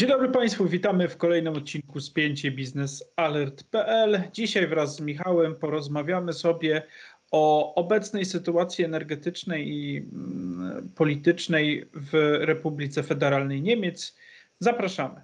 Dzień dobry Państwu, witamy w kolejnym odcinku Spięcie biznesalert.pl. Dzisiaj wraz z Michałem porozmawiamy sobie o obecnej sytuacji energetycznej i politycznej w Republice Federalnej Niemiec. Zapraszamy.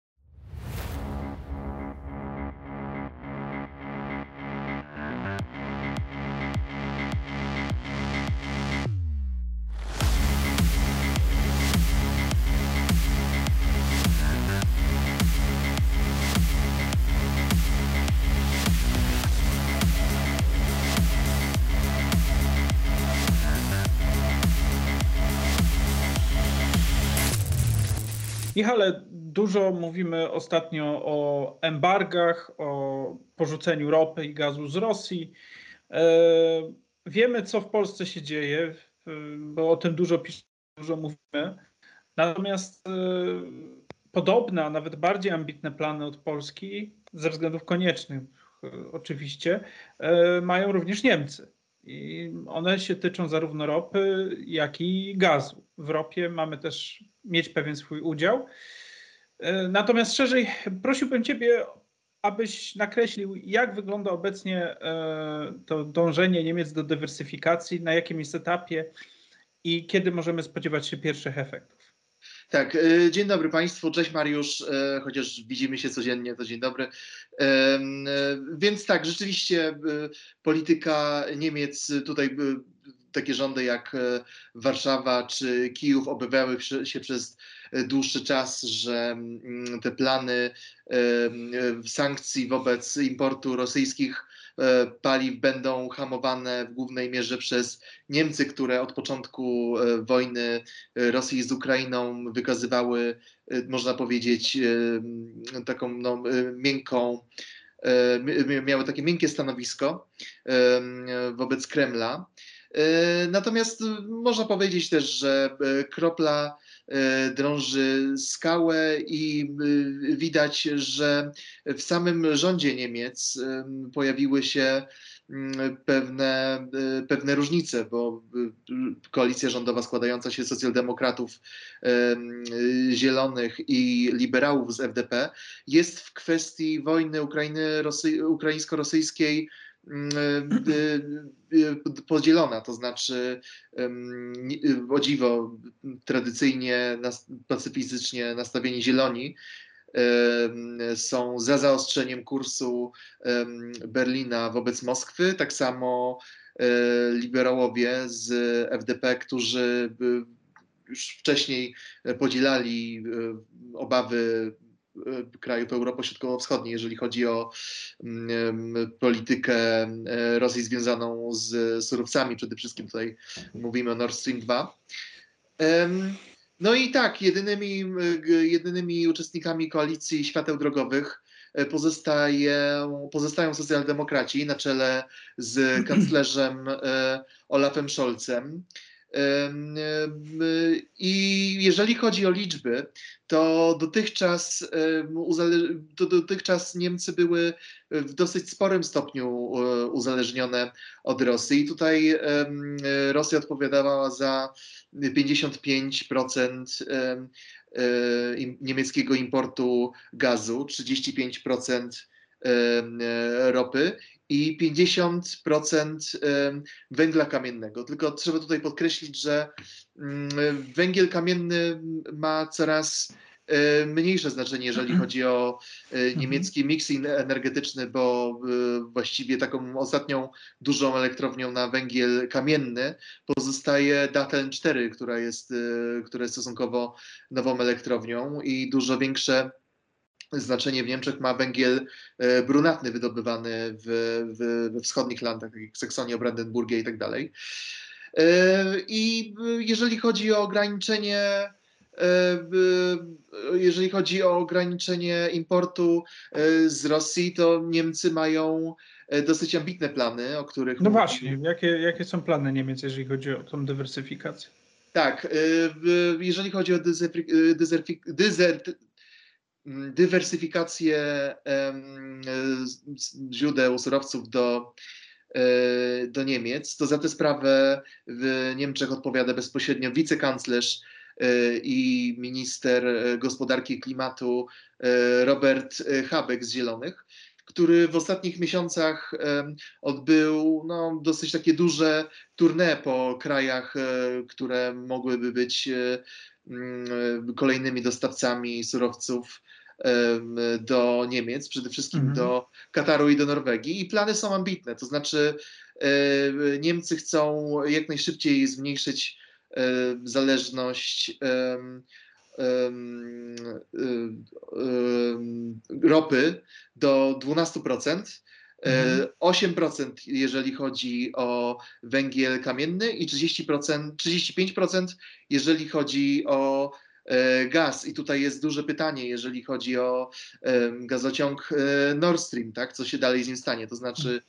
Michale, dużo mówimy ostatnio o embargach, o porzuceniu ropy i gazu z Rosji. Wiemy, co w Polsce się dzieje, bo o tym dużo piszemy, dużo mówimy. Natomiast podobne, a nawet bardziej ambitne plany od Polski, ze względów koniecznych oczywiście, mają również Niemcy. I one się tyczą zarówno ropy, jak i gazu. W ropie mamy też mieć pewien swój udział. Natomiast szerzej prosiłbym Ciebie, abyś nakreślił, jak wygląda obecnie to dążenie Niemiec do dywersyfikacji, na jakim jest etapie i kiedy możemy spodziewać się pierwszych efektów. Tak, dzień dobry Państwu, cześć Mariusz, chociaż widzimy się codziennie, to dzień dobry. Więc tak, rzeczywiście polityka Niemiec, tutaj takie rządy jak Warszawa czy Kijów obawiały się przez dłuższy czas, że te plany sankcji wobec importu rosyjskich paliw będą hamowane w głównej mierze przez Niemcy, które od początku wojny Rosji z Ukrainą wykazywały, można powiedzieć, taką miękką, miały takie miękkie stanowisko wobec Kremla. Natomiast można powiedzieć też, że kropla drąży skałę i widać, że w samym rządzie Niemiec pojawiły się pewne różnice, bo koalicja rządowa składająca się z socjaldemokratów, zielonych i liberałów z FDP jest w kwestii wojny ukraińsko-rosyjskiej podzielona, to znaczy o dziwo tradycyjnie pacyfistycznie nastawieni zieloni są za zaostrzeniem kursu Berlina wobec Moskwy, tak samo liberałowie z FDP, którzy już wcześniej podzielali obawy krajów Europy Środkowo-Wschodniej, jeżeli chodzi o politykę Rosji związaną z surowcami, przede wszystkim tutaj mówimy o Nord Stream 2. No i tak, jedynymi uczestnikami koalicji świateł drogowych pozostają socjaldemokraci na czele z kanclerzem Olafem Scholzem. I jeżeli chodzi o liczby, to dotychczas Niemcy były w dosyć sporym stopniu uzależnione od Rosji. I tutaj Rosja odpowiadała za 55% niemieckiego importu gazu, 35% ropy i 50% węgla kamiennego. Tylko trzeba tutaj podkreślić, że węgiel kamienny ma coraz mniejsze znaczenie, jeżeli chodzi o niemiecki miks energetyczny, bo właściwie taką ostatnią dużą elektrownią na węgiel kamienny pozostaje Datteln 4, która jest stosunkowo nową elektrownią i dużo większe znaczenie w Niemczech ma węgiel brunatny wydobywany we wschodnich landach, takich jak Saksonia, Brandenburgia i tak dalej. I jeżeli chodzi o ograniczenie importu z Rosji, to Niemcy mają dosyć ambitne plany, o których... No właśnie, jakie są plany Niemiec, jeżeli chodzi o tą dywersyfikację? Tak, jeżeli chodzi o dywersyfikację źródeł surowców do Niemiec, to za tę sprawę w Niemczech odpowiada bezpośrednio wicekanclerz i minister gospodarki i klimatu Robert Habeck z Zielonych, który w ostatnich miesiącach odbył dosyć takie duże tournée po krajach, które mogłyby być kolejnymi dostawcami surowców do Niemiec, przede wszystkim do Kataru i do Norwegii. I plany są ambitne, to znaczy Niemcy chcą jak najszybciej zmniejszyć zależność ropy do 12%, 8% jeżeli chodzi o węgiel kamienny i 35% jeżeli chodzi o gaz. I tutaj jest duże pytanie, jeżeli chodzi o gazociąg Nord Stream, tak? Co się dalej z nim stanie. To znaczy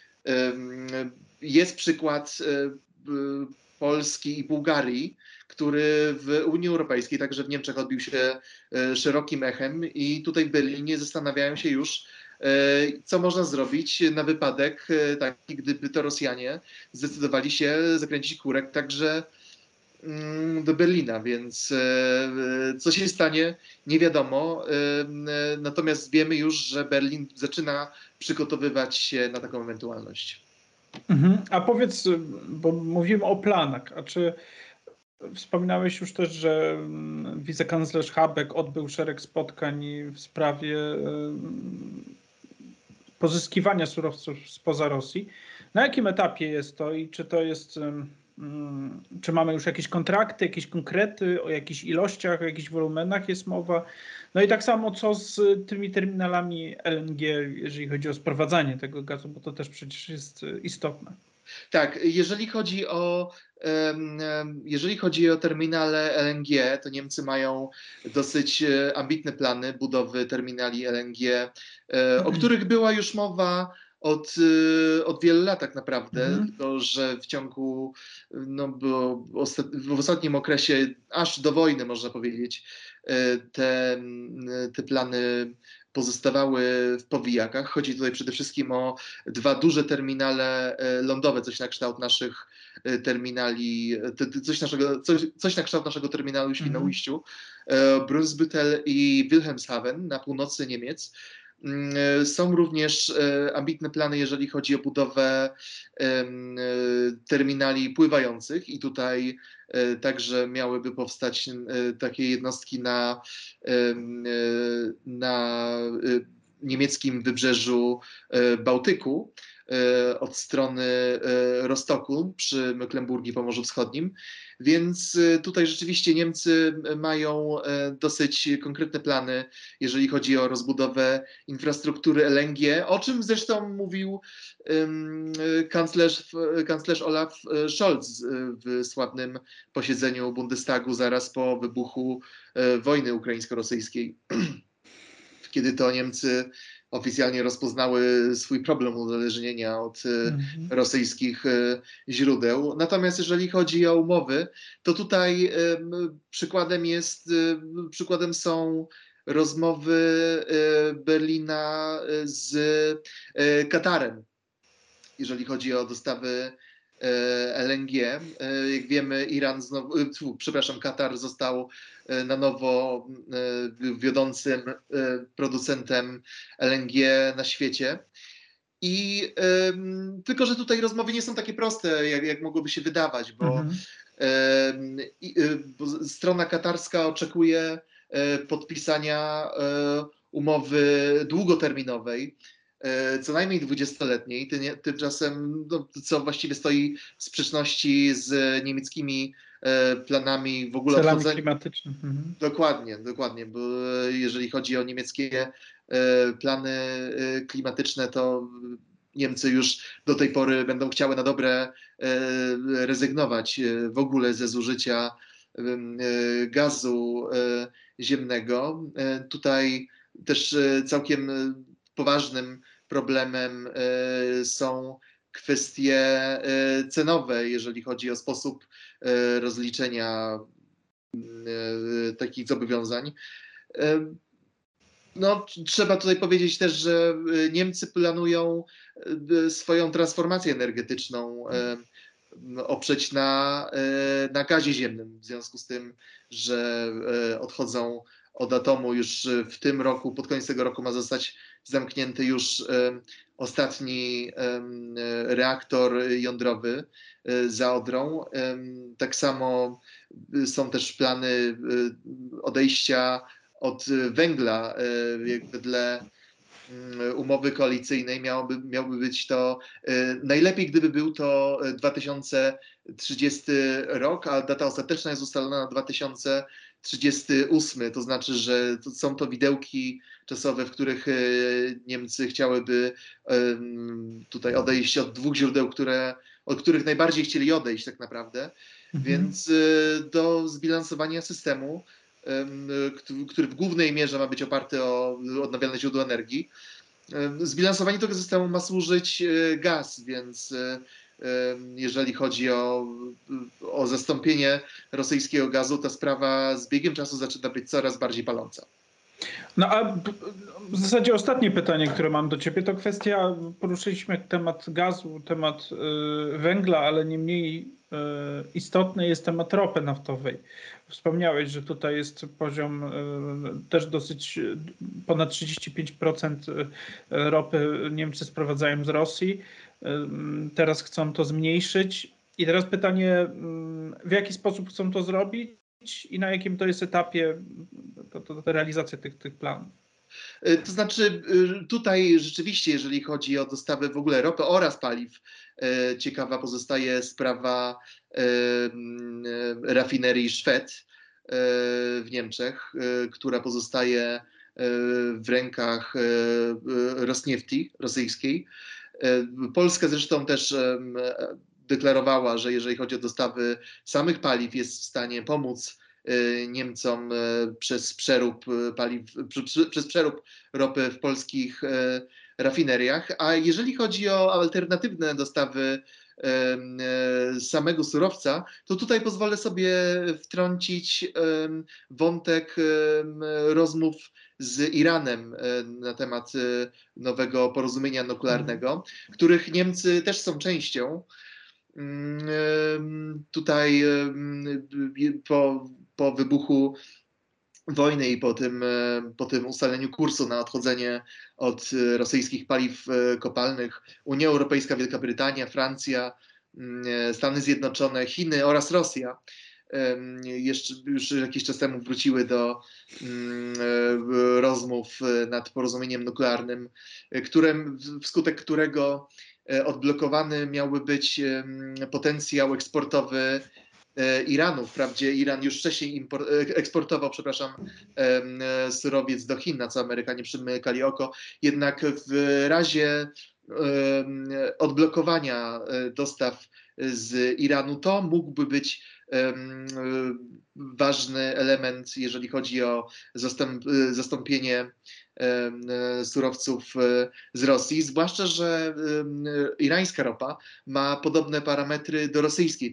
jest przykład Polski i Bułgarii, który w Unii Europejskiej, także w Niemczech odbił się szerokim echem i tutaj w Berlinie zastanawiają się już, co można zrobić na wypadek taki, gdyby to Rosjanie zdecydowali się zakręcić kurek także do Berlina, więc co się stanie, nie wiadomo. Natomiast wiemy już, że Berlin zaczyna przygotowywać się na taką ewentualność. A powiedz, bo mówimy o planach, a czy wspominałeś już też, że wicekanclerz Habeck odbył szereg spotkań w sprawie pozyskiwania surowców spoza Rosji. Na jakim etapie jest to i czy to jest, czy mamy już jakieś kontrakty, jakieś konkrety, o jakichś ilościach, o jakichś wolumenach jest mowa? No i tak samo co z tymi terminalami LNG, jeżeli chodzi o sprowadzanie tego gazu, bo to też przecież jest istotne. Tak, jeżeli chodzi o terminale LNG, to Niemcy mają dosyć ambitne plany budowy terminali LNG, o których była już mowa od wielu lat tak naprawdę, tylko że w ciągu, w ostatnim okresie, aż do wojny można powiedzieć, te plany pozostawały w powijakach. Chodzi tutaj przede wszystkim o dwa duże terminale lądowe, coś na kształt naszych terminali, coś na kształt naszego terminalu w Świnoujściu, Brunsbüttel i Wilhelmshaven na północy Niemiec. Są również ambitne plany, jeżeli chodzi o budowę terminali pływających i tutaj także miałyby powstać takie jednostki na niemieckim wybrzeżu Bałtyku od strony Rostoku przy Mecklenburgii i Pomorzu Wschodnim. Więc tutaj rzeczywiście Niemcy mają dosyć konkretne plany, jeżeli chodzi o rozbudowę infrastruktury LNG, o czym zresztą mówił kanclerz Olaf Scholz w sławnym posiedzeniu Bundestagu zaraz po wybuchu wojny ukraińsko-rosyjskiej, kiedy to Niemcy oficjalnie rozpoznały swój problem uzależnienia od rosyjskich źródeł. Natomiast jeżeli chodzi o umowy, to tutaj przykładem są rozmowy Berlina z Katarem, jeżeli chodzi o dostawy LNG. Jak wiemy, Katar został na nowo wiodącym producentem LNG na świecie. Tylko że tutaj rozmowy nie są takie proste, jak mogłoby się wydawać, bo strona katarska oczekuje podpisania umowy długoterminowej, co najmniej 20-letniej, tymczasem co właściwie stoi w sprzeczności z niemieckimi planami w ogóle celami klimatycznymi. Dokładnie, bo jeżeli chodzi o niemieckie plany klimatyczne, to Niemcy już do tej pory będą chciały na dobre rezygnować w ogóle ze zużycia gazu ziemnego. Tutaj też całkiem poważnym problemem są kwestie cenowe, jeżeli chodzi o sposób rozliczenia takich zobowiązań. Trzeba tutaj powiedzieć też, że Niemcy planują swoją transformację energetyczną oprzeć na gazie ziemnym, w związku z tym, że odchodzą od atomu już w tym roku, pod koniec tego roku ma zostać zamknięty już ostatni reaktor jądrowy za Odrą. Tak samo są też plany odejścia od węgla, wedle umowy koalicyjnej miałby być to najlepiej, gdyby był to 2030 rok, a data ostateczna jest ustalona na 2038. To znaczy, że są to widełki czasowe, w których Niemcy chciałyby tutaj odejść od dwóch źródeł, od których najbardziej chcieli odejść tak naprawdę. Więc do zbilansowania systemu, który w głównej mierze ma być oparty o odnawialne źródła energii. Zbilansowanie tego systemu ma służyć gaz, więc jeżeli chodzi o zastąpienie rosyjskiego gazu, ta sprawa z biegiem czasu zaczyna być coraz bardziej paląca. No a w zasadzie ostatnie pytanie, które mam do ciebie, to kwestia, poruszyliśmy temat gazu, temat węgla, ale nie mniej istotny jest temat ropy naftowej. Wspomniałeś, że tutaj jest poziom też dosyć, ponad 35% ropy Niemcy sprowadzają z Rosji. Teraz chcą to zmniejszyć. I teraz pytanie, w jaki sposób chcą to zrobić i na jakim to jest etapie realizacja tych planów? To znaczy tutaj rzeczywiście, jeżeli chodzi o dostawę w ogóle ropy oraz paliw, ciekawa pozostaje sprawa rafinerii Schwedt w Niemczech, która pozostaje w rękach Rosniefti rosyjskiej. Polska zresztą też deklarowała, że jeżeli chodzi o dostawy samych paliw, jest w stanie pomóc Niemcom przez przerób paliw, przez przerób ropy w polskich rafineriach. A jeżeli chodzi o alternatywne dostawy samego surowca, to tutaj pozwolę sobie wtrącić wątek rozmów z Iranem na temat nowego porozumienia nuklearnego, których Niemcy też są częścią. Tutaj po wybuchu wojny i po tym ustaleniu kursu na odchodzenie od rosyjskich paliw kopalnych Unia Europejska, Wielka Brytania, Francja, Stany Zjednoczone, Chiny oraz Rosja jeszcze już jakiś czas temu wróciły do rozmów nad porozumieniem nuklearnym, wskutek którego odblokowany miałby być potencjał eksportowy Iranu. Wprawdzie Iran już wcześniej eksportował, surowiec do Chin, na co Amerykanie przymykali oko, jednak w razie odblokowania dostaw z Iranu to mógłby być ważny element, jeżeli chodzi o zastąpienie surowców z Rosji, zwłaszcza że irańska ropa ma podobne parametry do rosyjskiej,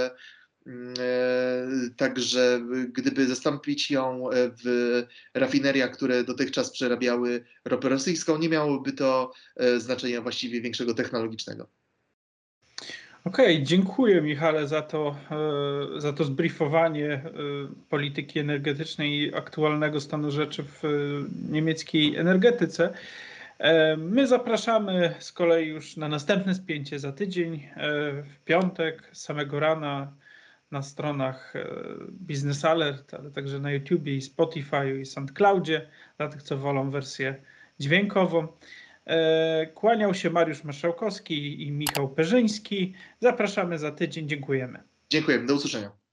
także gdyby zastąpić ją w rafineriach, które dotychczas przerabiały ropę rosyjską, nie miałoby to znaczenia właściwie większego technologicznego. Okej, dziękuję Michale za to zbriefowanie polityki energetycznej i aktualnego stanu rzeczy w niemieckiej energetyce. My zapraszamy z kolei już na następne spięcie za tydzień, w piątek, z samego rana na stronach Business Alert, ale także na YouTubie i Spotify i SoundCloudzie, dla tych, co wolą wersję dźwiękową. Kłaniał się Mariusz Marszałkowski i Michał Perzyński. Zapraszamy za tydzień. Dziękujemy. Dziękujemy. Do usłyszenia.